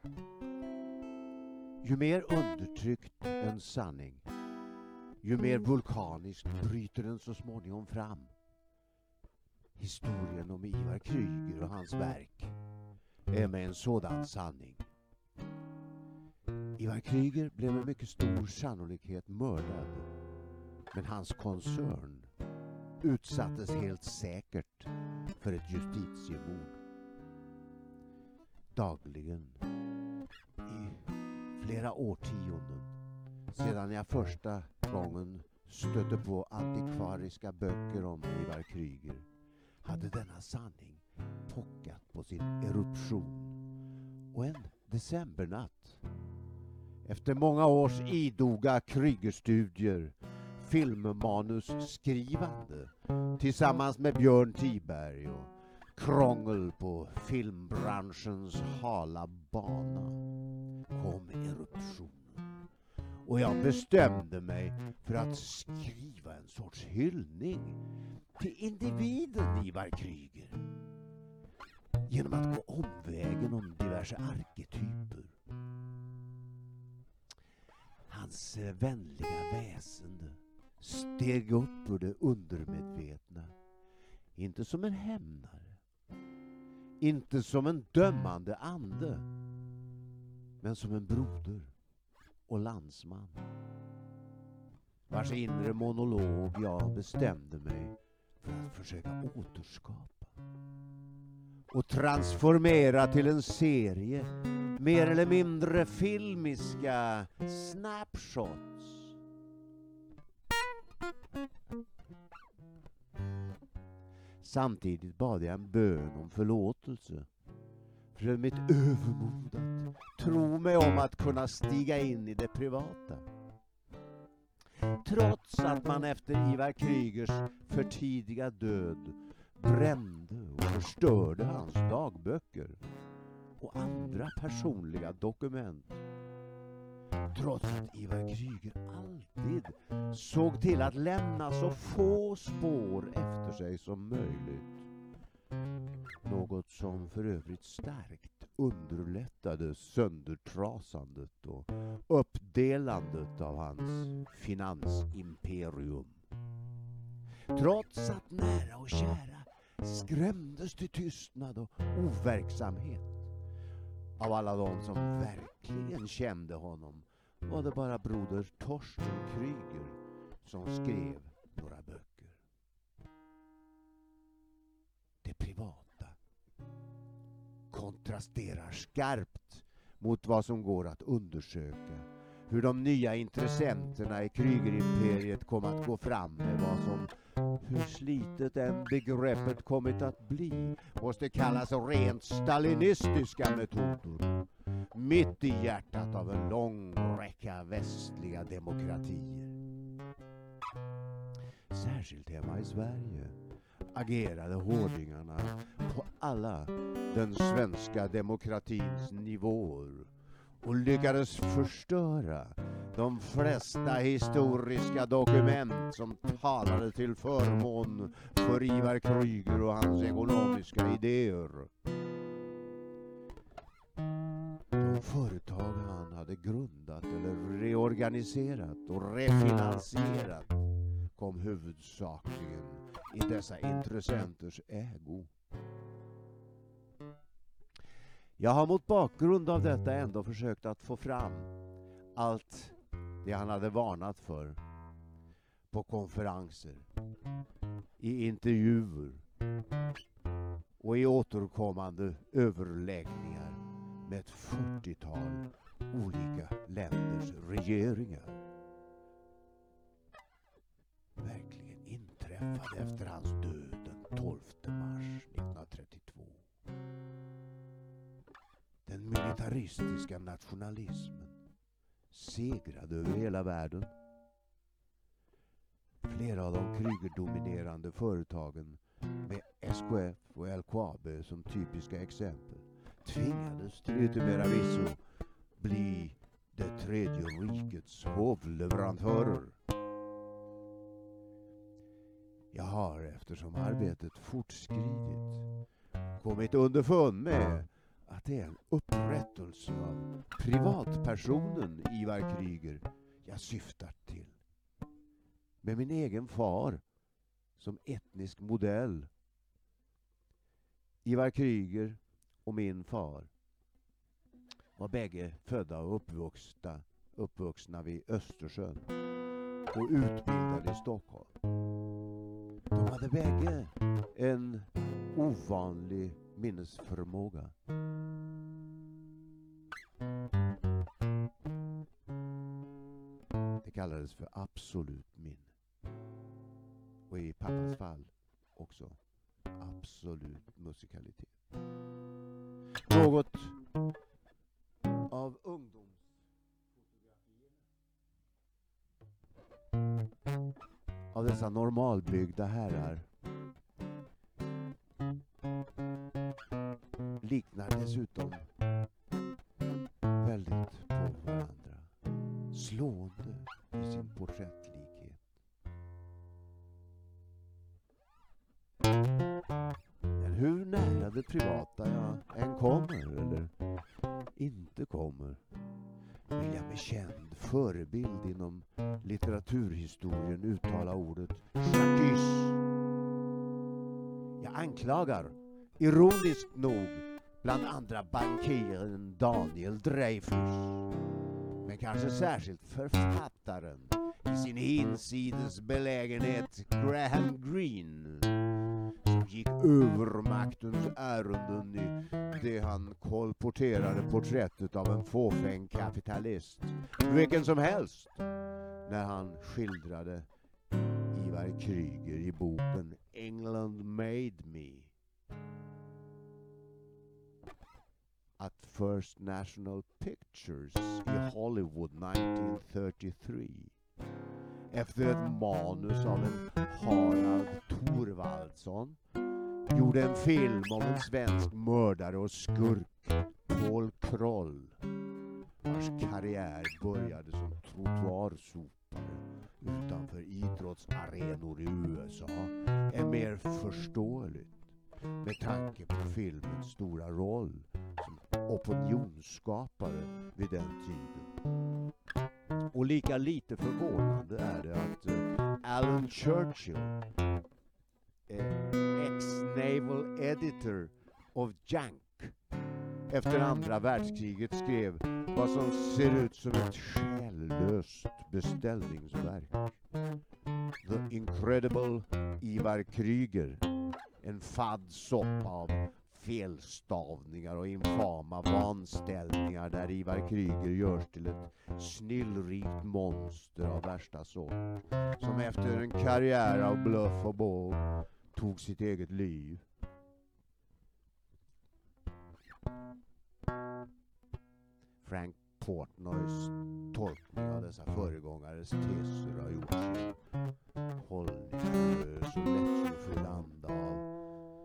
Ju mer undertryckt en sanning, ju mer vulkaniskt bryter den så småningom fram. Historien om Ivar Kreuger och hans verk är med en sådan sanning. Ivar Kreuger blev med mycket stor sannolikhet mördad, men hans koncern utsattes helt säkert för ett justitiemord. Dagligen, i flera årtionden, sedan jag första gången stötte på antikvariska böcker om Ivar Kreuger, hade denna sanning pockat på sin eruption. Och en decembernatt, efter många års idoga Kreugerstudier, filmmanusskrivande tillsammans med Björn Tiberg och krångel på filmbranschens hala bana, kom eruptionen. Och jag bestämde mig för att skriva en sorts hyllning till individen Ivar Kreuger genom att gå omvägen om diverse arketyper. Hans vänliga väsende steg upp ur det undermedvetna, inte som en hämnare, inte som en dömande ande, men som en broder och landsman, vars inre monolog jag bestämde mig för att försöka återskapa och transformera till en serie mer eller mindre filmiska snapshots. Samtidigt bad jag en bön om förlåtelse för mitt övermod att tro mig om att kunna stiga in i det privata. Trots att man efter Ivar Kreugers för tidiga död brände och förstörde hans dagböcker och andra personliga dokument. Trots att Ivar Kreuger alltid såg till att lämna så få spår efter sig som möjligt. Något som för övrigt starkt underlättade söndertrasandet och uppdelandet av hans finansimperium. Trots att nära och kära skrämdes till tystnad och overksamhet av alla de som verkligen kände honom, var det bara broder Torsten Kreuger som skrev några böcker. Det privata kontrasterar skarpt mot vad som går att undersöka, hur de nya intressenterna i Kreuger-imperiet kom att gå fram med vad som, hur slitet än begreppet kommit att bli, måste kallas rent stalinistiska metoder, mitt i hjärtat av en lång räcka västliga demokratier. Särskilt hemma i Sverige agerade hårdingarna på alla den svenska demokratins nivåer och lyckades förstöra de flesta historiska dokument som talade till förmån för Ivar Kreuger och hans ekonomiska idéer. De företag han hade grundat eller reorganiserat och refinansierat kom huvudsakligen i dessa intressenters ägo. Jag har mot bakgrund av detta ändå försökt att få fram allt det han hade varnat för på konferenser, i intervjuer och i återkommande överläggningar med ett 40-tal olika länders regeringar. Verkligen inträffade efter hans död den 12 mars 1932. Den militaristiska nationalismen segrade över hela världen. Flera av de Kreuger-dominerande företagen med SKF och LKAB som typiska exempel tvingades till yttermera visso bli det tredje rikets hovleverantörer. Jag har, eftersom arbetet fortskridit, kommit underfund med att det är en upprättelse av privatpersonen Ivar Kryger jag syftar till. Med min egen far som etnisk modell. Ivar Kryger och min far var bägge födda och uppvuxna vid Östersjön och utbildade i Stockholm. De hade bägge en ovanlig minnesförmåga. Det kallades för absolut minne. Och i pappas fall också absolut musikalitet. Något av ungdomsfotografier av dessa normalbyggda herrar liknar dessutom väldigt på varandra. Slående i sin porträttlikhet. Men hur nära det privata jag än kommer eller inte kommer vill jag med känd förebild inom litteraturhistorien uttala ordet Jacques. Jag anklagar, ironiskt nog, bland andra bankiren Daniel Dreyfus, men kanske särskilt författaren i sin hinsides belägenhet Graham Greene, som gick övermaktens ärenden i det han kolporterade porträttet av en fåfäng kapitalist, vilken som helst, när han skildrade Ivar Kryger i boken England Made Me. At First National Pictures i Hollywood 1933 efter ett manus av en Harald Thorvaldsson gjorde en film om en svensk mördare och skurk, Paul Kroll, vars karriär började som trottoarsopare utanför idrottsarenor i USA är mer förståeligt med tanke på filmens stora roll som opinionsskapare vid den tiden. Och lika lite förvånande är det att Alan Churchill, ex-naval editor of Jank, efter andra världskriget skrev vad som ser ut som ett själlöst beställningsverk. The Incredible Ivar Kryger, en fadd soppa av felstavningar och infama vanställningar där Ivar Kryger görs till ett snillrikt monster av värsta sort, som efter en karriär av bluff och båg tog sitt eget liv. Frank Portnoys tolkning av dessa föregångares teser har gjorts i hållningslös och lättjefull anda av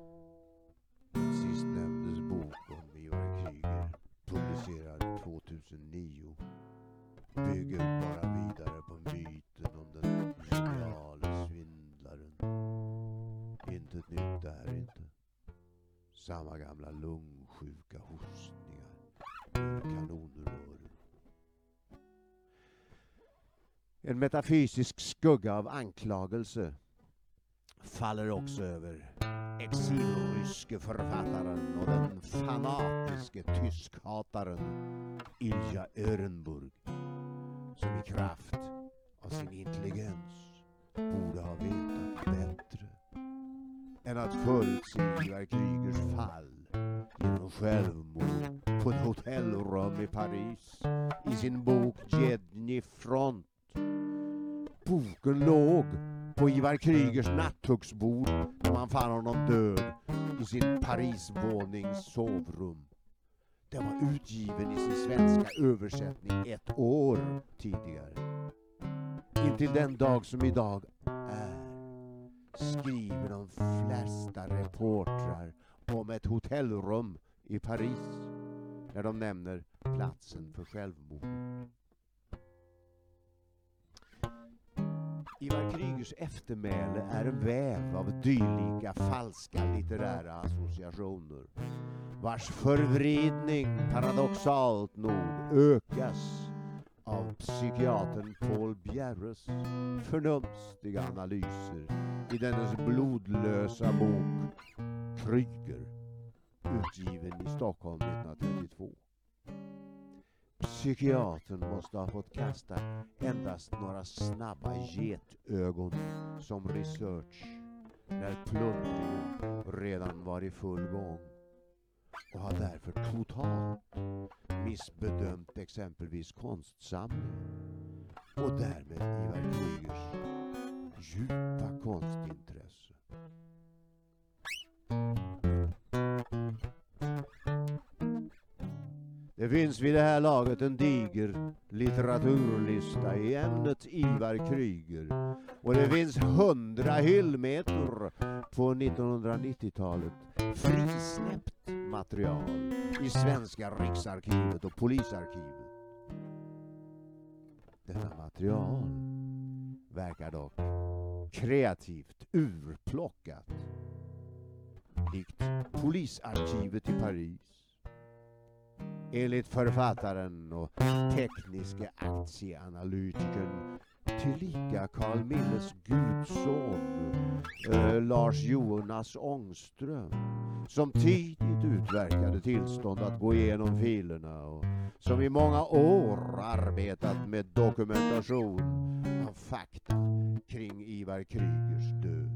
sistnämndes bok om Ivar Kryger, publicerad 2009, bygger bara vidare på myten om den geniale svindlaren. Intet nytt där inte. Samma gamla lungsjuka hostningar ur kanonrören. En metafysisk skugga av anklagelse faller också över exilryske författaren och den fanatiske tyskhataren Ilja Ehrenburg, som i kraft av sin intelligens borde ha vetat bättre än att förutse Ivar Krygers fall genom självmord på ett hotellrum i Paris i sin bok Jedni Front. Boken låg på Ivar Krygers nattduksbord när man fann honom död i sin Parisvånings sovrum. Den var utgiven i sin svenska översättning 1 år tidigare. Intill den dag som idag är skriver de flesta reportrar om ett hotellrum i Paris när de nämner platsen för självmord. Ivar Krygers eftermäle är en väv av dylika falska litterära associationer. vars förvridning paradoxalt nog ökas av psykiatern Paul Bjerres förnumstiga analyser i dennes blodlösa bok Kryger, utgiven i Stockholm 1932. Psykiatern måste ha fått kasta endast några snabba getögon som research när plundringen redan var i full gång, och har därför totalt missbedömt exempelvis konstsamlingen och därmed Ivar Krügers djupa konstintresse. Det finns vid det här laget en diger litteraturlista i ämnet Ivar Krüger, och det finns 100 hyllmeter på 1990-talet frisläppt material i Svenska Riksarkivet och Polisarkivet. Detta material verkar dock kreativt urplockat, likt Polisarkivet i Paris. Enligt författaren och tekniska aktieanalytikern tillika Carl Milles gudson Lars Jonas Ångström, som tidigt utverkade tillstånd att gå igenom filerna och som i många år arbetat med dokumentation av fakta kring Ivar Krügers död.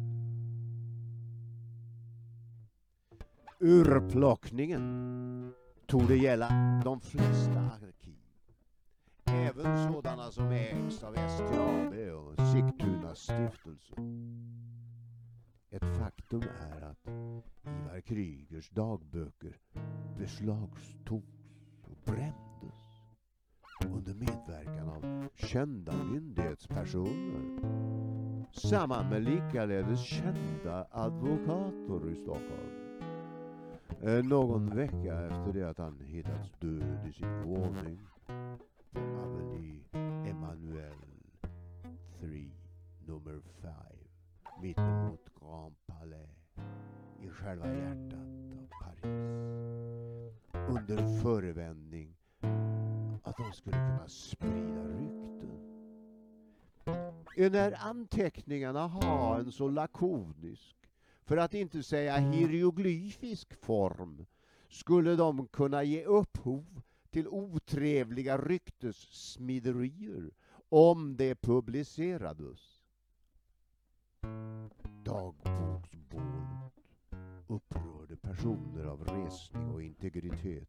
Urplockningen torde gälla de flesta arkiv, även sådana som ägs av STAB och Sigtuna stiftelse. Ett faktum är att Ivar Krügers dagböcker beslagtogs och brändes under medverkan av kända myndighetspersoner, samman med likaledes kända advokater i Stockholm. Någon vecka efter det att han hittats död i sin våning på Avenue Emmanuel 3 nummer 5 mittemot Grand Palais i själva hjärtat av Paris, under förevändning att de skulle kunna sprida rykten. När anteckningarna har en så lakonisk, för att inte säga hieroglyfisk form, skulle de kunna ge upphov till otrevliga ryktessmiderier om det publicerades. Dagboksbålet upprörde personer av resning och integritet.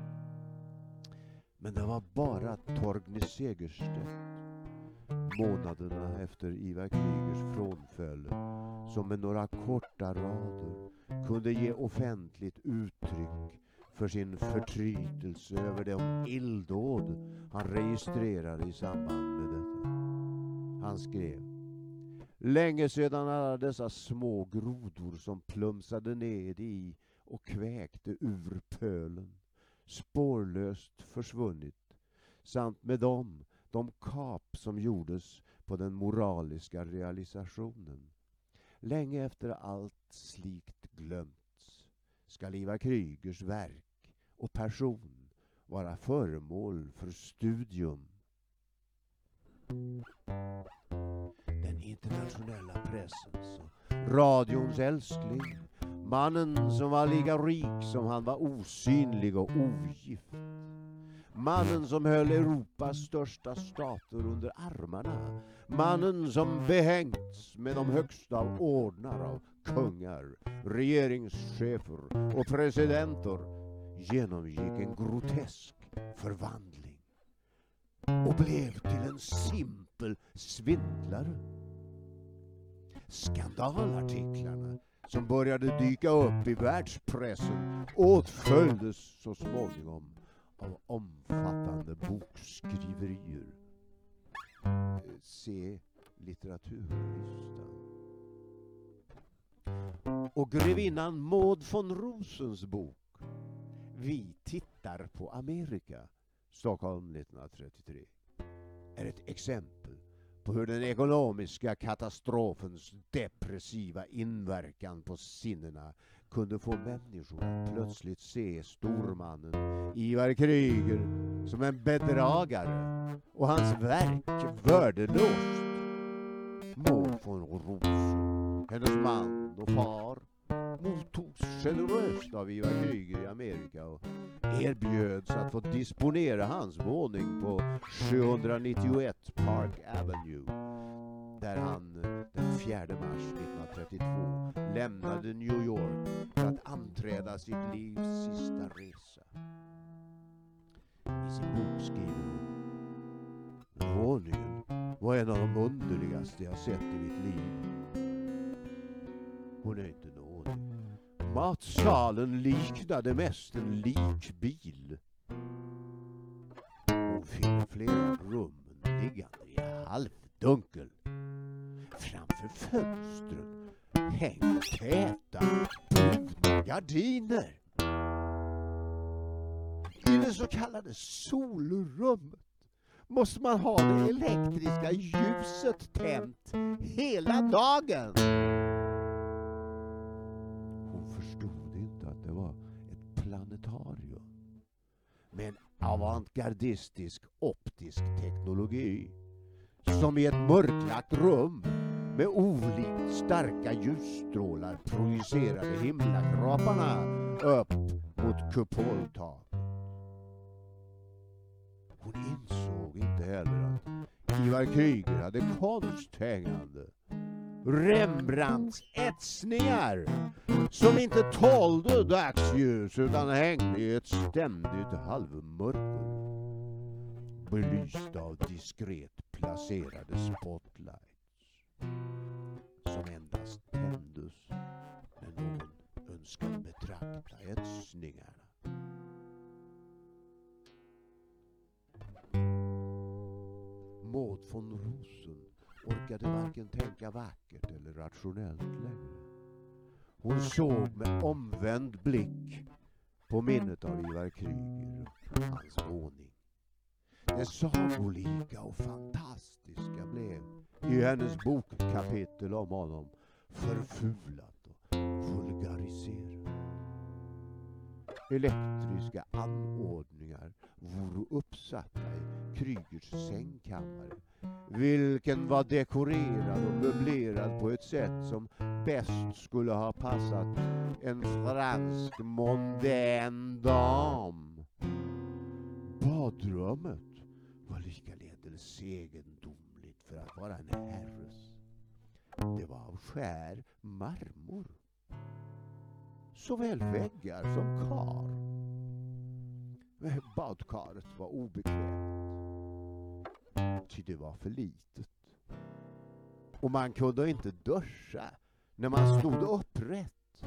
Men det var bara Torgny Segerstedt, månaderna efter Ivar Krügers frånfälle, som med några korta rader kunde ge offentligt uttryck för sin förtrytelse över de illdåd han registrerade i samband med detta. Han skrev: länge sedan alla dessa små grodor som plumsade ned i och kväkte ur pölen spårlöst försvunnit, samt med dem de kap som gjordes på den moraliska realisationen. Länge efter allt slikt glömts skall Ivar Krügers verk och person vara föremål för studium. Den internationella pressens och radions älskling, mannen som var lika rik som han var osynlig och ogift, mannen som höll Europas största stater under armarna, mannen som behängts med de högsta av ordnar av kungar, regeringschefer och presidenter, genomgick en grotesk förvandling och blev till en simpel svindlare. Skandalartiklarna som började dyka upp i världspressen åtföljdes så småningom av omfattande bokskriverier. Se litteraturlistan. Och grevinnan Maud von Rosens bok Vi tittar på Amerika, Stockholm 1933, är ett exempel på hur den ekonomiska katastrofens depressiva inverkan på sinnena kunde få människor att plötsligt se stormannen Ivar Kryger som en bedragare och hans verk värdelöst. Maud von Rosen, hennes man och far, mottogs generöst av Ivar Kryger i Amerika och erbjöds att få disponera hans våning på 791 Park Avenue, där han den 4 mars 1932 lämnade New York för att anträda sitt livs sista resa. I sin bok skriver hon: våningen var en av de underligaste jag sett i mitt liv. Hon är inte nådig. Matsalen liknade mest en likbil. Hon finner flera rummen liggande i halvdunkel. Framför fönstren hänger täta bruna gardiner. I det så kallade solrummet måste man ha det elektriska ljuset tänt hela dagen. Hon förstod inte att det var ett planetarium med en avantgardistisk optisk teknologi som i ett mörklagt rum med olikt starka ljusstrålar projicerade himlakraparna upp mot kupoltaket. Hon insåg inte heller att Ivar Kryger hade konsthängande Rembrandts etsningar som inte tålde dagsljus utan hängde i ett ständigt halvmörker, belysta av diskret placerade spotlights som endast tändes när någon önskade betrakta etsningarna. Maud von Rosen orkade varken tänka vackert eller rationellt längre. Hon såg med omvänd blick på minnet av Ivar Kryger och hans våning. Det sagolika och fantastiska blev i hennes bokkapitel om honom förfulat och vulgariserat. Elektriska anordningar vore uppsatta i Krygers sängkammare, vilken var dekorerad och möblerad på ett sätt som bäst skulle ha passat en fransk mondän dam. Badrummet var likaledes egendomligt för att vara en herres. Det var av skär marmor. Såväl väggar som kar. Men badkaret var obekvämt. Ty det var för litet. Och man kunde inte duscha när man stod upprätt.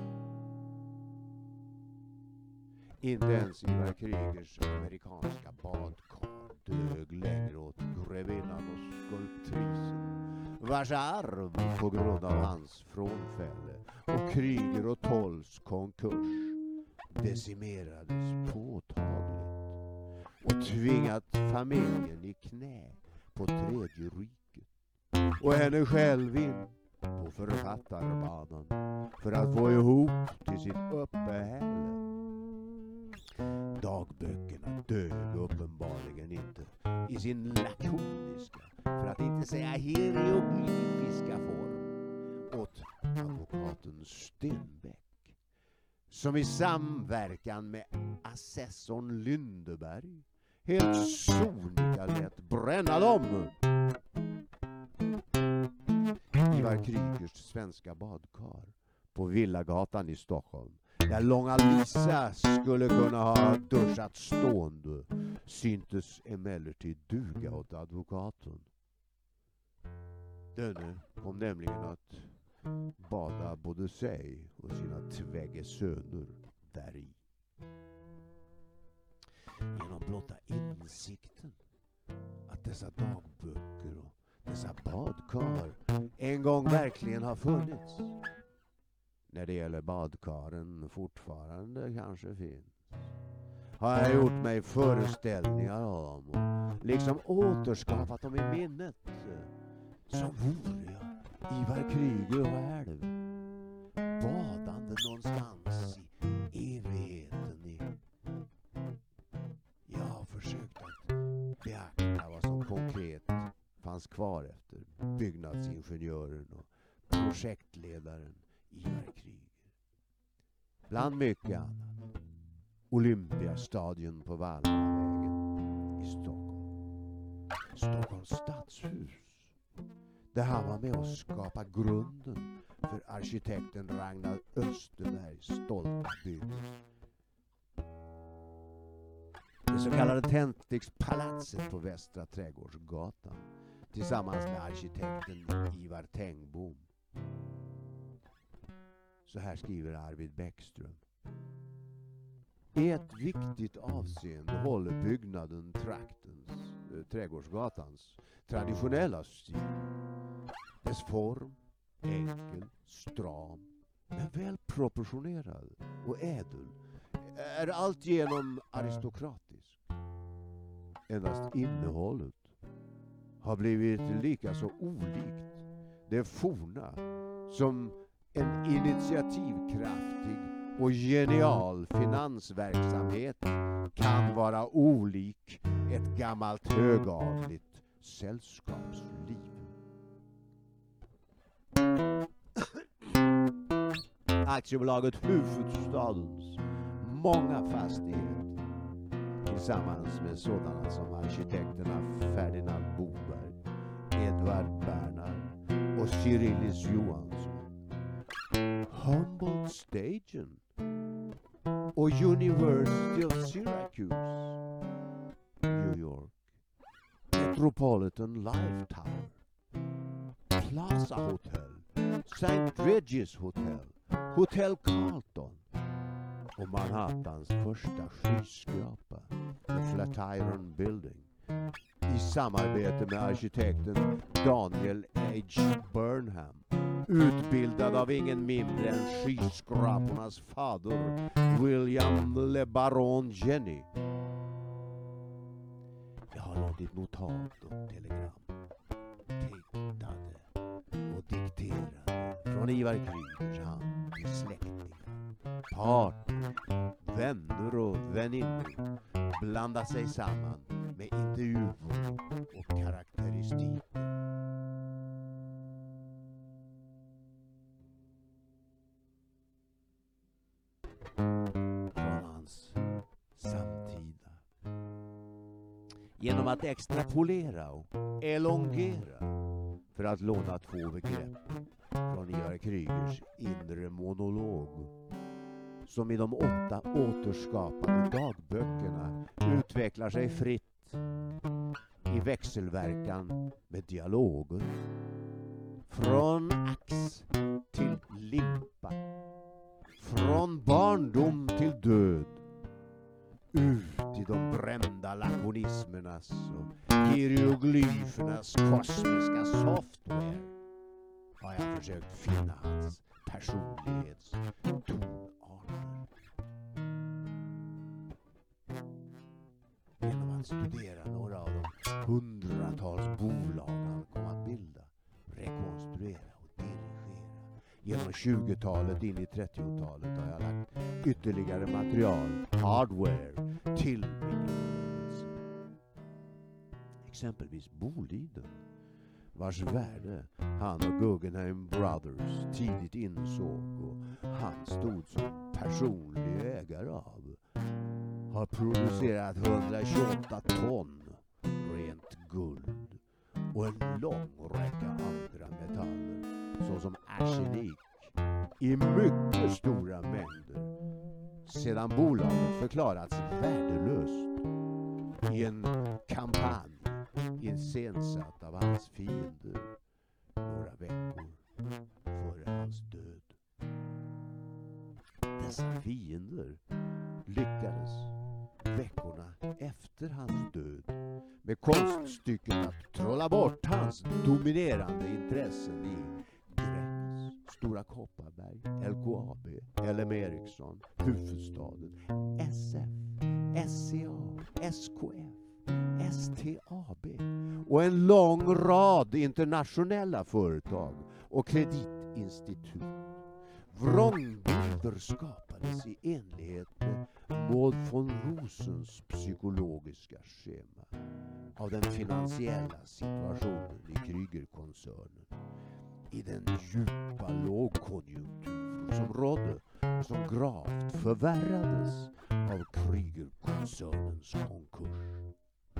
Inte ens Ivar Krygers amerikanska badkar dög längre åt grevinnan och skulptrisen, vars arv på grund av hans frånfälle och Kryger och Tolls konkurs decimerades påtagligt och tvingat familjen i knä på Tredje riket och henne själv in på författarbanan för att få ihop till sitt uppehälle. Dagböckerna dög uppenbarligen inte i sin lakoniska, för att inte säga hieroglyfiska form, åt advokaten Stenbeck, som i samverkan med assessorn Lindeberg helt sonika lät bränna dem. Ivar Krygers svenska badkar på Villagatan i Stockholm, där Långa Lisa skulle kunna ha duschat stående, syntes emellertid duga åt advokaten. Denne kom nämligen att bada både sig och sina tvägge söner däri. Genom blotta insikten att dessa dagböcker och dessa badkar en gång verkligen har funnits, när det gäller badkaren fortfarande kanske finns, har jag gjort mig föreställningar om och liksom återskapat dem i minnet, som vore jag Ivar Kryger själv, badande drömde någonstans i evigheten. Jag har försökt att beakta vad som konkret fanns kvar efter byggnadsingenjören och projektledaren Ivar Kryger. Bland mycket annat. Olympiastadion på Vallhavägen i Stockholm. Stockholms stadshus. Där han var med och skapa grunden för arkitekten Ragnar Österbergs stolta bygg. Det så kallade Tändstickspalatset på Västra Trädgårdsgatan tillsammans med arkitekten Ivar Tengbom. Så här skriver Arvid Bäckström. I ett viktigt avseende håller byggnaden Trädgårdsgatans traditionella stil. Dess form, enkel, stram, men väl proportionerad och ädel, är alltigenom aristokratisk. Endast innehållet har blivit lika så olikt det forna som en initiativkraftig och genial finansverksamhet kan vara olik ett gammalt högadligt sällskapsliv. Aktiebolaget Hufvudstadens många fastigheter tillsammans med sådana som arkitekterna Ferdinand Boberg, Edvard Bernhard och Cyrillis Johansson, Humboldt-stagen och University of Syracuse, New York, Metropolitan Life Tower, Plaza Hotel, St. Regis Hotel, Hotel Carlton och Manhattans första skyskrapa, The Flatiron Building, i samarbete med arkitekten Daniel H. Burnham, utbildad av ingen mindre än skyskrapornas fader, William Le Baron Jenny. Jag har låtit notat och telegram, tecknade och dikterade från Ivar Krygers hand till släktingar, partner, vänner och väninnor blandar sig samman med intervjuer och karaktäristik. Från hans samtida. Genom att extrapolera och elongera, för att låna två begrepp från Ivar Krygers inre monolog, som i de 8 återskapade dagböckerna utvecklar sig fritt i växelverkan med dialoger. Från ax till limpa, från barndom till död, ut i de brända lakonismernas och hieroglyfernas kosmiska software har jag försökt finna hans personlighets tonarter. Genom att studera några av de hundratals bolag han kom att bilda, rekonstruera och dirigera. Genom 20-talet in i 30-talet har jag lagt ytterligare material, hardware, till min upplevelse. Exempelvis Boliden, vars värde han och Guggenheim Brothers tidigt insåg och han stod som personlig ägare av, har producerat 128 ton rent guld och en lång räcka andra metaller såsom arsenik i mycket stora mängder sedan bolaget förklarats värdelöst i en kampanj iscensatt av hans fiender några veckor före hans död. Dessa fiender lyckades veckorna efter hans död med konststycket att trolla bort hans dominerande intressen i Gränges, Stora Kopparberg, LKAB, LM Ericsson, Hufvudstaden, SF, SCA, SKF, STAB och en lång rad internationella företag och kreditinstitut, Vrångbilder skapades i enlighet med Maud von Rosens psykologiska schema av den finansiella situationen i Krügerkoncernen. I den djupa lågkonjunktur som rådde och som gravt förvärrades av Krügerkoncernens konkurs.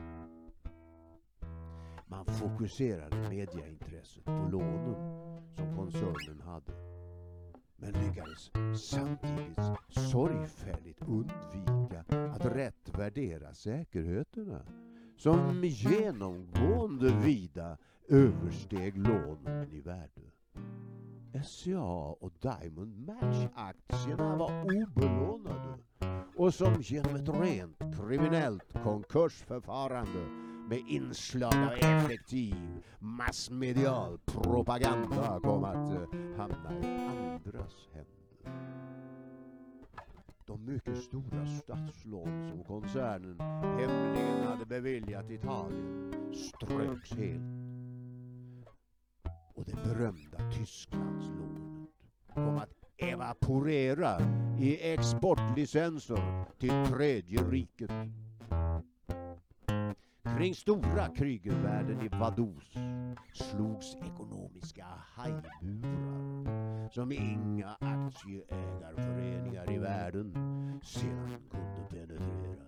Man fokuserade mediaintresset på lånen som koncernen hade, men lyckades samtidigt sorgfälligt undvika att rätt värdera säkerheterna, som genomgående vida översteg lånen i värde. SCA och Diamond Match-aktierna var obelånade och som genom ett rent kriminellt konkursförfarande med inslag av effektiv massmedial propaganda kom att hamna i andras händer. De mycket stora statslån som koncernen hemligen hade beviljat Italien ströks helt. Och det berömda Tysklandslånet kom att evaporera i exportlicenser till Tredje riket. Kring stora Krügervärden i Vaduz slogs ekonomiska hajburar som inga aktieägarföreningar i världen sedan kunde penetrera.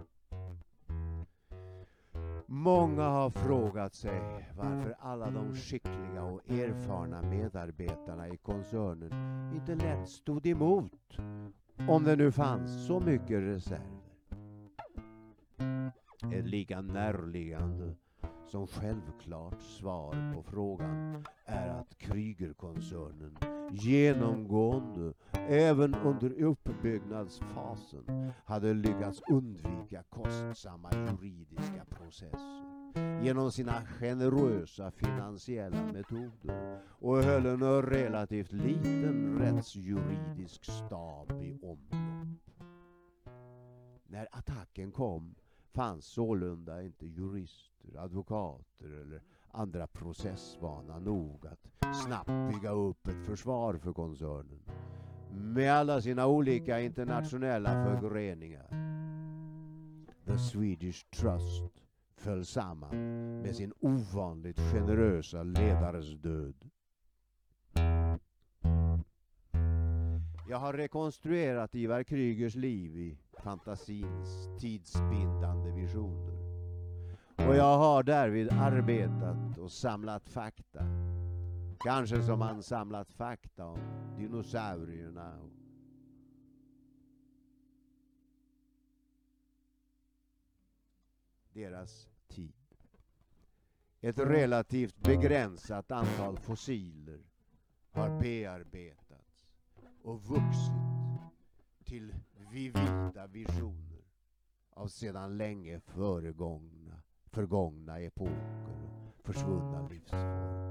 Många har frågat sig varför alla de skickliga och erfarna medarbetarna i koncernen inte lätt stod emot, om det nu fanns så mycket reserver. Ett lika närliggande som självklart svar på frågan är att Krügerkoncernen genomgående, även under uppbyggnadsfasen, hade lyckats undvika kostsamma juridiska processer genom sina generösa finansiella metoder och höll en relativt liten rättsjuridisk stab i omlopp. När attacken kom fanns sålunda inte jurister, advokater eller andra processvana nog att snabbt bygga upp ett försvar för koncernen med alla sina olika internationella förgreningar. The Swedish Trust föll samman med sin ovanligt generösa ledares död. Jag har rekonstruerat Ivar Krügers liv i fantasins tidsbindande visioner. Och jag har därvid arbetat och samlat fakta. Kanske som man samlat fakta om dinosaurierna. Deras tid. Ett relativt begränsat antal fossiler har bearbetats och vuxit till vivida visioner av sedan länge förgångna epoker och försvunna livsformer.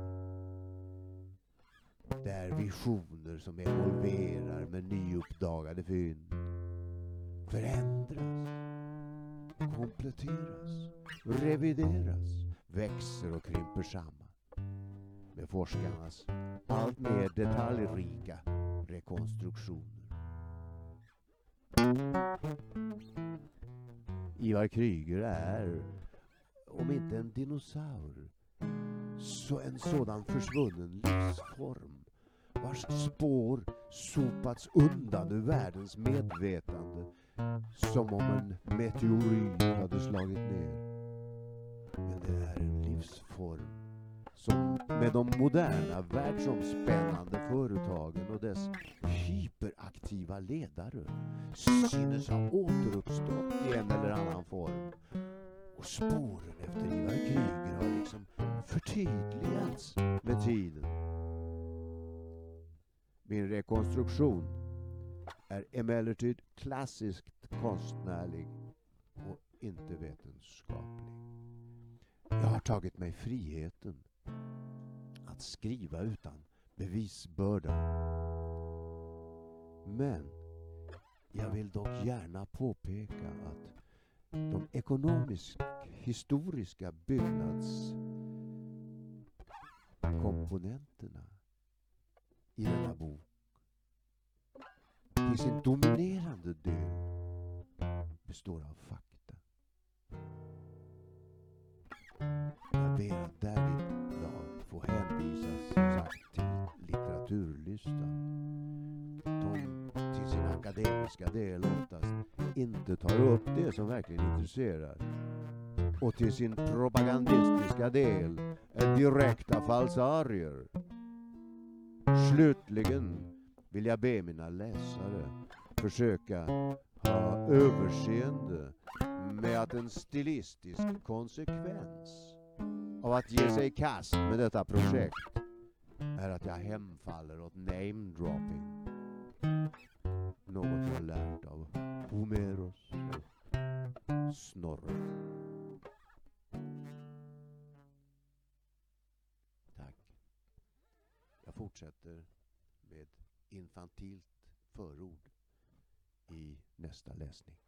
Det är visioner som evolverar med nyuppdagade fynd, förändras, kompletteras, revideras, växer och krymper samman med forskarnas allt mer detaljrika rekonstruktioner. Ivar Krüger är, om inte en dinosaur, så en sådan försvunnen livsform vars spår sopats undan ur världens medvetande som om en meteorit hade slagit ner. Men det är en livsform som med de moderna världsomspännande företagen och dess hyperaktiva ledare synes ha återuppstått i en eller annan form. Och spåren efter Ivar Krüger har liksom förtydligats med tiden. Min rekonstruktion är emellertid klassiskt konstnärlig och inte vetenskaplig. Jag har tagit mig friheten att skriva utan bevisbörda. Men jag vill dock gärna påpeka att de ekonomisk-historiska byggnadskomponenterna i denna bok till sin dominerande del består av fakta. Jag ber att därvidlag få hänvisas som sagt till litteraturlystan. De till sin akademiska del oftast inte tar upp det som verkligen intresserar, och till sin propagandistiska del är direkta falsarier. Slutligen vill jag be mina läsare försöka ha överseende med att en stilistisk konsekvens av att ge sig i kast med detta projekt är att jag hemfaller åt name-dropping. Något jag lärt av Homeros och Snorre. Tack. Jag fortsätter med infantilt förord i nästa läsning.